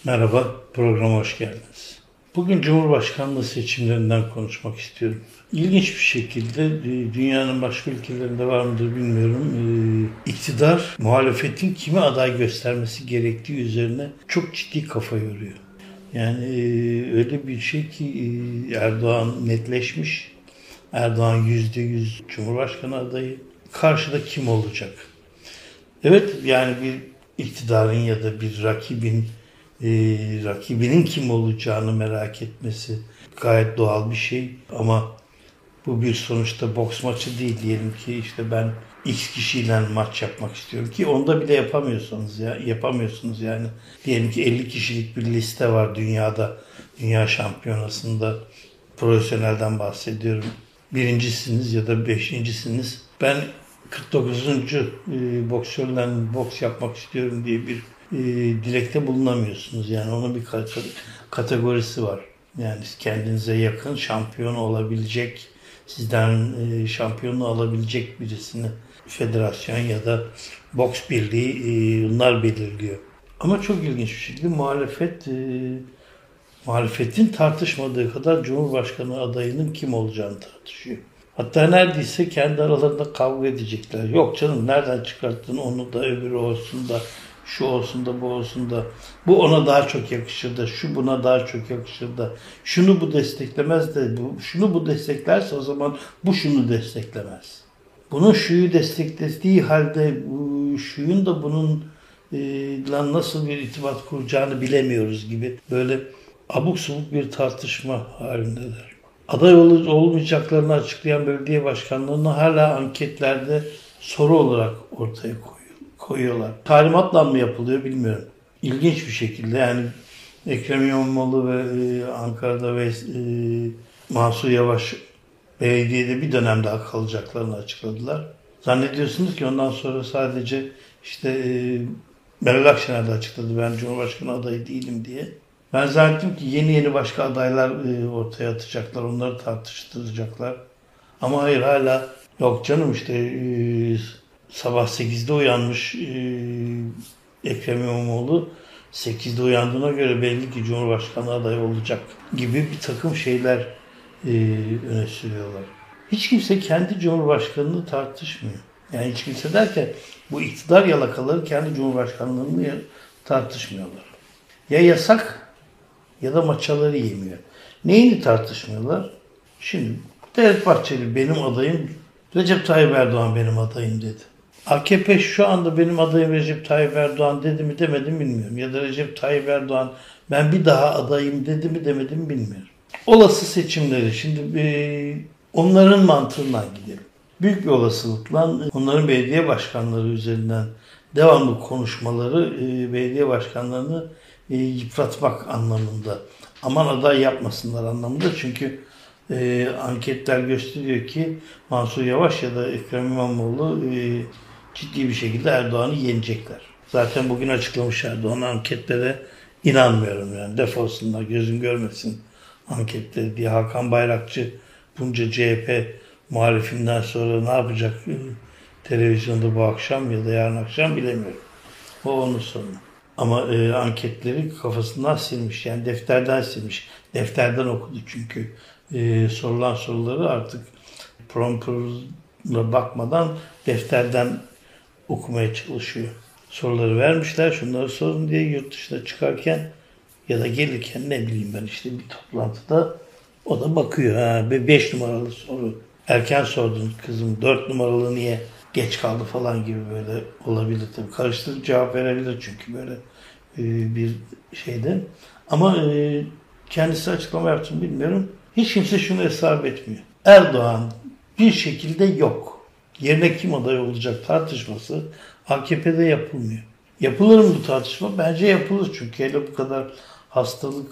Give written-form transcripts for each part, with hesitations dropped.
Merhaba, programa hoş geldiniz. Bugün Cumhurbaşkanlığı seçimlerinden konuşmak istiyorum. İlginç bir şekilde dünyanın başka ülkelerinde var mıdır bilmiyorum. İktidar muhalefetin kime aday göstermesi gerektiği üzerine çok ciddi kafa yoruyor. Yani öyle bir şey ki Erdoğan netleşmiş. Erdoğan %100 Cumhurbaşkanı adayı. Karşıda kim olacak? Evet, yani bir iktidarın ya da bir rakibinin kim olacağını merak etmesi gayet doğal bir şey. Ama bu bir sonuçta boks maçı değil. Diyelim ki işte ben X kişiyle maç yapmak istiyorum ki onda bile yapamıyorsunuz yani. Diyelim ki 50 kişilik bir liste var dünyada, dünya şampiyonasında, profesyonelden bahsediyorum. Birincisiniz ya da beşincisiniz. Ben 49. Boksörle boks yapmak istiyorum diye bir dilekte bulunamıyorsunuz. Yani onun bir kategorisi var. Yani kendinize yakın şampiyon olabilecek, sizden şampiyonu alabilecek birisini federasyon ya da boks birliği bunlar belirliyor. Ama çok ilginç bir şekilde muhalefetin tartışmadığı kadar Cumhurbaşkanı adayının kim olacağını tartışıyor. Hatta neredeyse kendi aralarında kavga edecekler. Yok canım, nereden çıkarttın onu da, öbürü olsun da, şu olsun da, bu olsun da, bu ona daha çok yakışır da, şu buna daha çok yakışır da, şunu bu desteklemez de, şunu bu desteklerse o zaman bu şunu desteklemez. Bunun şuyu desteklediği halde şuyun da bunun nasıl bir irtibat kuracağını bilemiyoruz gibi böyle abuk subuk bir tartışma halindeler. Aday olmayacaklarını açıklayan belediye başkanlarını hala anketlerde soru olarak ortaya koyuyorlar. Talimatla mı yapılıyor bilmiyorum. İlginç bir şekilde yani Ekrem İmamoğlu ve Ankara'da ve Mansur Yavaş belediyede bir dönem daha kalacaklarını açıkladılar. Zannediyorsunuz ki ondan sonra sadece işte Meral Akşener de açıkladı, ben Cumhurbaşkanı adayı değilim diye. Ben zannettim ki yeni başka adaylar ortaya atacaklar, onları tartıştıracaklar. Ama hayır, hala yok canım işte sabah 8'de uyanmış Ekrem İmamoğlu, 8'de uyandığına göre belli ki Cumhurbaşkanı adayı olacak gibi bir takım şeyler öne sürüyorlar. Hiç kimse kendi Cumhurbaşkanını tartışmıyor. Yani hiç kimse derken bu iktidar yalakaları kendi Cumhurbaşkanlığını tartışmıyorlar. Ya yasak ya da maçaları yemiyor. Neyini tartışmıyorlar? Şimdi Devlet Bahçeli benim adayım, Recep Tayyip Erdoğan benim adayım dedi. AKP şu anda benim adayım Recep Tayyip Erdoğan dedi mi demedi mi bilmiyorum. Ya da Recep Tayyip Erdoğan ben bir daha adayım dedi mi demedi mi bilmiyorum. Olası seçimleri şimdi onların mantığından gidelim. Büyük bir olasılıkla onların belediye başkanları üzerinden devamlı konuşmaları belediye başkanlarını yıpratmak anlamında. Aman aday yapmasınlar anlamında. Çünkü anketler gösteriyor ki Mansur Yavaş ya da Ekrem İmamoğlu ciddi bir şekilde Erdoğan'ı yenecekler. Zaten bugün açıklamış Erdoğan, anketlere inanmıyorum yani, defolsunlar, gözüm görmesin anketleri diye. Hakan Bayrakçı bunca CHP muhalifinden sonra ne yapacak televizyonda bu akşam ya da yarın akşam bilemiyorum. O onun sorunu. Ama anketleri kafasından silmiş. Yani defterden silmiş. Defterden okudu çünkü. Sorulan soruları artık prompter'la bakmadan defterden okumaya çalışıyor. Soruları vermişler, şunları sorun diye, yurt dışına çıkarken ya da gelirken ne bileyim ben işte bir toplantıda o da bakıyor. 5 numaralı soru. Erken sordun kızım, 4 numaralı niye geç kaldı falan gibi böyle olabilir tabii. Karıştırıp cevap verebilir çünkü böyle bir şeyde. Ama kendisi açıklama yaptı mı bilmiyorum. Hiç kimse şunu hesap etmiyor. Erdoğan bir şekilde yok. Yerine kim aday olacak tartışması AKP'de yapılmıyor. Yapılır mı bu tartışma? Bence yapılır çünkü hele bu kadar hastalığı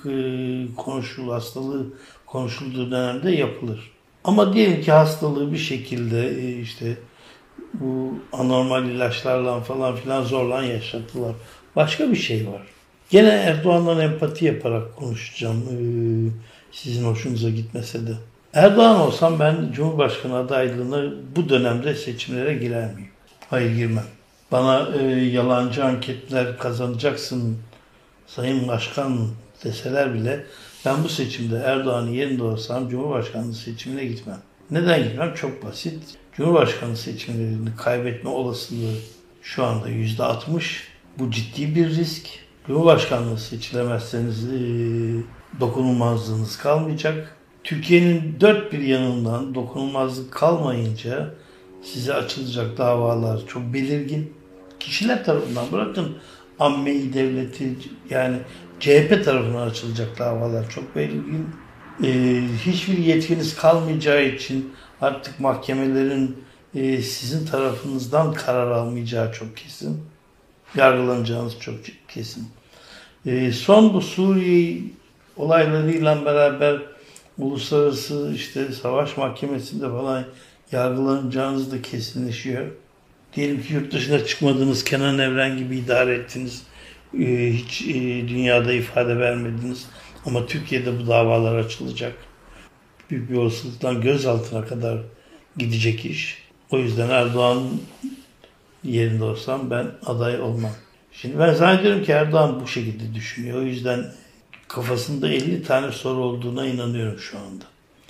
konuşulduğu dönemde yapılır. Ama diyelim ki hastalığı bir şekilde işte bu anormal ilaçlarla falan filan zorlan yaşattılar. Başka bir şey var. Gene Erdoğan'dan empati yaparak konuşacağım. Sizin hoşunuza gitmese de. Erdoğan olsam ben Cumhurbaşkanı adaylığına bu dönemde seçimlere girer miyim? Hayır, girmem. Bana yalancı anketler kazanacaksın Sayın Başkan deseler bile ben bu seçimde Erdoğan'ın yerinde olsam Cumhurbaşkanlığı seçimine gitmem. Neden gitmem? Çok basit. Cumhurbaşkanlığı seçimlerini kaybetme olasılığı şu anda %60. Bu ciddi bir risk. Cumhurbaşkanlığı seçilemezseniz dokunulmazlığınız kalmayacak. Türkiye'nin dört bir yanından dokunulmazlık kalmayınca size açılacak davalar çok belirgin. Kişiler tarafından bırakın ammeyi devleti yani CHP tarafından açılacak davalar çok belirgin. Hiçbir yetkiniz kalmayacağı için artık mahkemelerin sizin tarafınızdan karar almayacağı çok kesin. Yargılanacağınız çok kesin. Son bu Suriye olaylarıyla beraber uluslararası işte savaş mahkemesinde falan yargılanacağınız da kesinleşiyor. Diyelim ki yurt dışına çıkmadınız, Kenan Evren gibi idare ettiniz, hiç dünyada ifade vermediniz ama Türkiye'de bu davalar açılacak. Büyük bir olasılıkla gözaltına kadar gidecek iş. O yüzden Erdoğan'ın yerinde olsam ben aday olmam. Şimdi ben zannediyorum ki Erdoğan bu şekilde düşünüyor. O yüzden kafasında 50 tane soru olduğuna inanıyorum şu anda.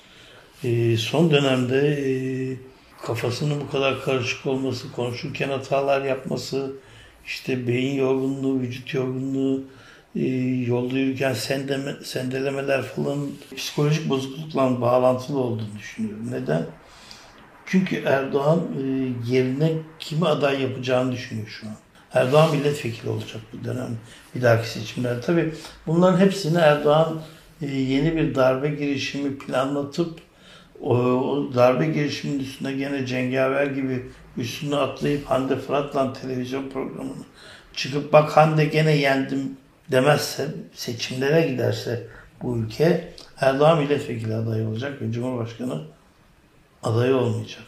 Son dönemde kafasının bu kadar karışık olması, konuşurken hatalar yapması, işte beyin yorgunluğu, vücut yorgunluğu, yolda yürürken sendelemeler falan psikolojik bozuklukla bağlantılı olduğunu düşünüyorum. Neden? Çünkü Erdoğan yerine kimi aday yapacağını düşünüyor şu an. Erdoğan milletvekili olacak bu dönem, bir dahaki seçimlerde. Tabii bunların hepsini Erdoğan yeni bir darbe girişimi planlatıp o darbe girişiminin üstüne gene cengaver gibi üstüne atlayıp Hande Fırat'la televizyon programını çıkıp bak Hande gene yendim demezse, seçimlere giderse bu ülke Erdoğan milletvekili adayı olacak ve Cumhurbaşkanı adayı olmayacak.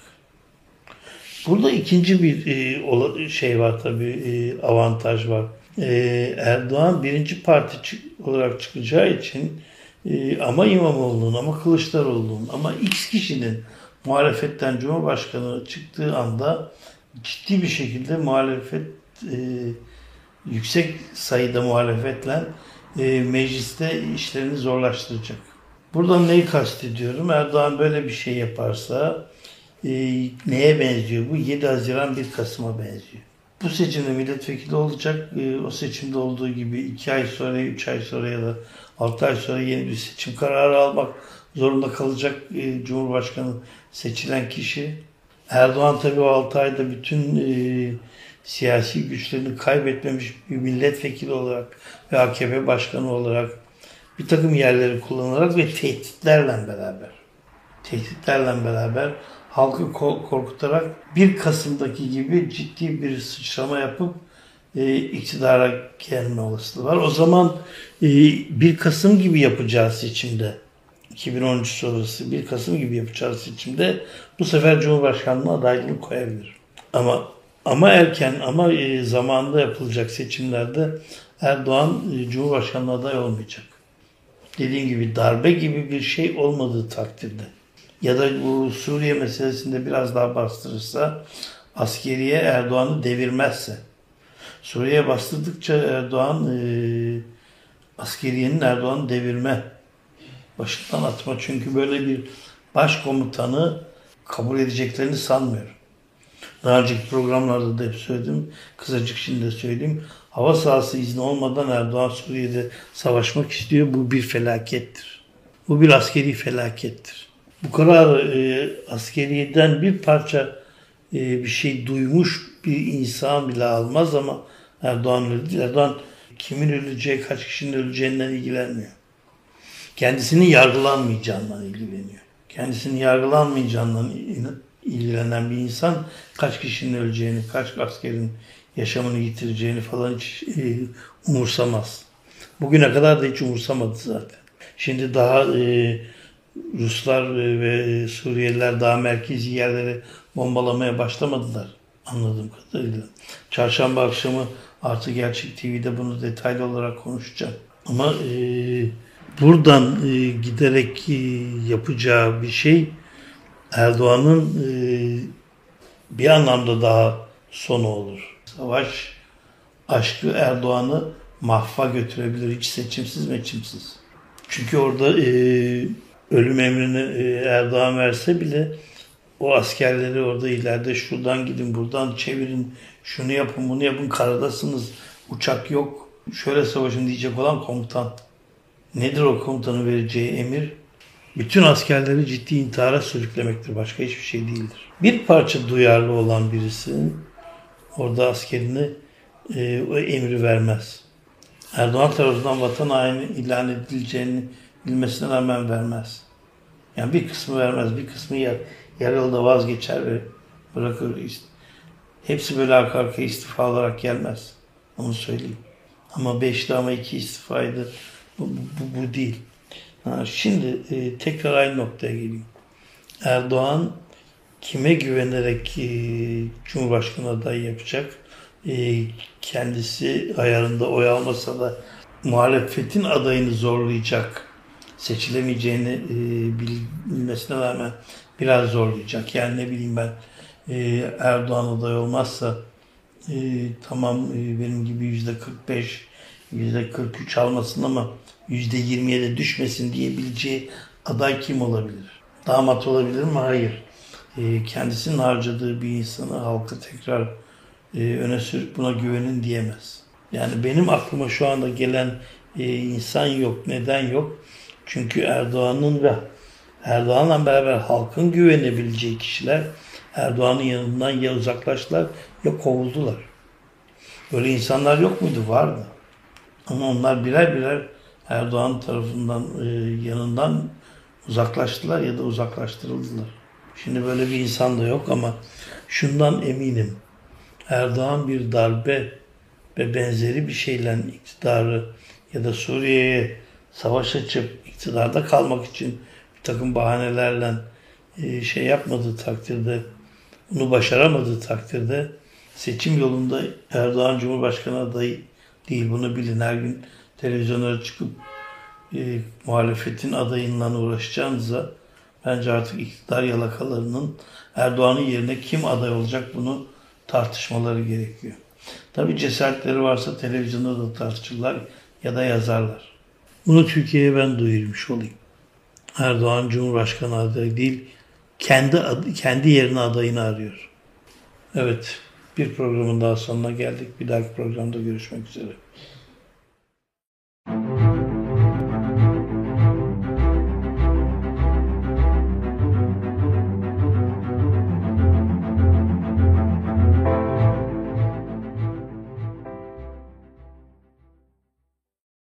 Burada ikinci bir şey var tabii, avantaj var. Erdoğan birinci parti olarak çıkacağı için ama İmamoğlu'nun ama Kılıçdaroğlu'nun ama X kişinin muhalefetten Cumhurbaşkanı çıktığı anda ciddi bir şekilde muhalefet yüksek sayıda muhalefetle mecliste işlerini zorlaştıracak. Buradan neyi kastediyorum? Erdoğan böyle bir şey yaparsa neye benziyor bu? 7 Haziran 1 Kasım'a benziyor. Bu seçimde milletvekili olacak. O seçimde olduğu gibi 2 ay sonra, 3 ay sonra ya da 6 ay sonra yeni bir seçim kararı almak zorunda kalacak Cumhurbaşkanı seçilen kişi. Erdoğan tabii o 6 ayda bütün siyasi güçlerini kaybetmemiş bir milletvekili olarak ve AKP başkanı olarak bir takım yerleri kullanarak ve tehditlerle beraber halkı korkutarak 1 Kasım'daki gibi ciddi bir sıçrama yapıp iktidara gelme olasılığı var. O zaman 1 Kasım gibi yapacağı seçimde 2013 sonrası 1 Kasım gibi yapacağı seçimde bu sefer Cumhurbaşkanlığı adaylığını koyabilir. Ama erken ama zamanında yapılacak seçimlerde Erdoğan Cumhurbaşkanlığı adayı olmayacak. Dediğim gibi darbe gibi bir şey olmadığı takdirde ya da bu Suriye meselesinde biraz daha bastırırsa, askeriye Erdoğan'ı devirmezse, Suriye'ye bastırdıkça Erdoğan askeriyenin Erdoğan'ı devirme, başından atma. Çünkü böyle bir başkomutanı kabul edeceklerini sanmıyorum. Daha önceki programlarda da hep söyledim. Kısacık şimdi de söyleyeyim. Hava sahası izni olmadan Erdoğan Suriye'de savaşmak istiyor. Bu bir felakettir. Bu bir askeri felakettir. Bu kadar askeriyeden bir parça bir şey duymuş bir insan bile almaz ama Erdoğan öldü. Erdoğan kimin öleceği, kaç kişinin öleceğinden ilgilenmiyor. Kendisinin yargılanmayacağından ilgileniyor. Kendisinin yargılanmayacağından ilgilenen bir insan kaç kişinin öleceğini, kaç askerin yaşamını yitireceğini falan hiç umursamaz. Bugüne kadar da hiç umursamadı zaten. Şimdi daha Ruslar ve Suriyeliler daha merkezi yerleri bombalamaya başlamadılar anladığım kadarıyla. Çarşamba akşamı Artı Gerçek TV'de bunu detaylı olarak konuşacağım. Ama buradan giderek yapacağı bir şey Erdoğan'ın bir anlamda daha sonu olur. Savaş aşkı Erdoğan'ı mahva götürebilir. Hiç seçimsiz meçimsiz. Çünkü orada ölüm emrini Erdoğan verse bile o askerleri orada ileride şuradan gidin, buradan çevirin, şunu yapın, bunu yapın, karadasınız, uçak yok, şöyle savaşın diyecek olan komutan. Nedir o komutanın vereceği emir? Bütün askerleri ciddi intihara sürüklemektir. Başka hiçbir şey değildir. Bir parça duyarlı olan birisi orada askerine o emri vermez. Erdoğan tarafından vatan haini ilan edileceğini bilmesine rağmen vermez. Yani bir kısmı vermez, bir kısmı yarı yolda vazgeçer ve bırakır. Hepsi böyle arka arkaya istifa olarak gelmez. Onu söyleyeyim. Ama 5'ti ama 2 istifaydı. Bu değil. Şimdi tekrar aynı noktaya geleyim. Erdoğan kime güvenerek Cumhurbaşkanı adayı yapacak? Kendisi ayarında oy almasa da muhalefetin adayını zorlayacak. Seçilemeyeceğini bilmesine rağmen biraz zorlayacak. Yani ne bileyim ben Erdoğan aday olmazsa tamam benim gibi %45, %43 almasın ama %20'ye de düşmesin diyebileceği aday kim olabilir? Damat olabilir mi? Hayır. Kendisinin harcadığı bir insanı halkı tekrar öne sürüp buna güvenin diyemez. Yani benim aklıma şu anda gelen insan yok. Neden yok? Çünkü Erdoğan'la beraber halkın güvenebileceği kişiler Erdoğan'ın yanından ya uzaklaştılar ya kovuldular. Böyle insanlar yok muydu? Vardı. Ama onlar birer birer Erdoğan tarafından yanından uzaklaştılar ya da uzaklaştırıldılar. Şimdi böyle bir insan da yok ama şundan eminim. Erdoğan bir darbe ve benzeri bir şeyle iktidarı ya da Suriye'ye savaş açıp iktidarda kalmak için bir takım bahanelerle yapmadığı takdirde, bunu başaramadığı takdirde seçim yolunda Erdoğan Cumhurbaşkanı adayı değil. Bunu bilin. Her gün televizyonlara çıkıp muhalefetin adayından uğraşacağınıza bence artık iktidar yalakalarının Erdoğan'ın yerine kim aday olacak bunu tartışmaları gerekiyor. Tabii cesaretleri varsa televizyonda da tartışırlar ya da yazarlar. Bunu Türkiye'ye ben duyurmuş olayım. Erdoğan Cumhurbaşkanı adayı değil, kendi yerine adayını arıyor. Evet, bir programın daha sonuna geldik. Bir dahaki programda görüşmek üzere.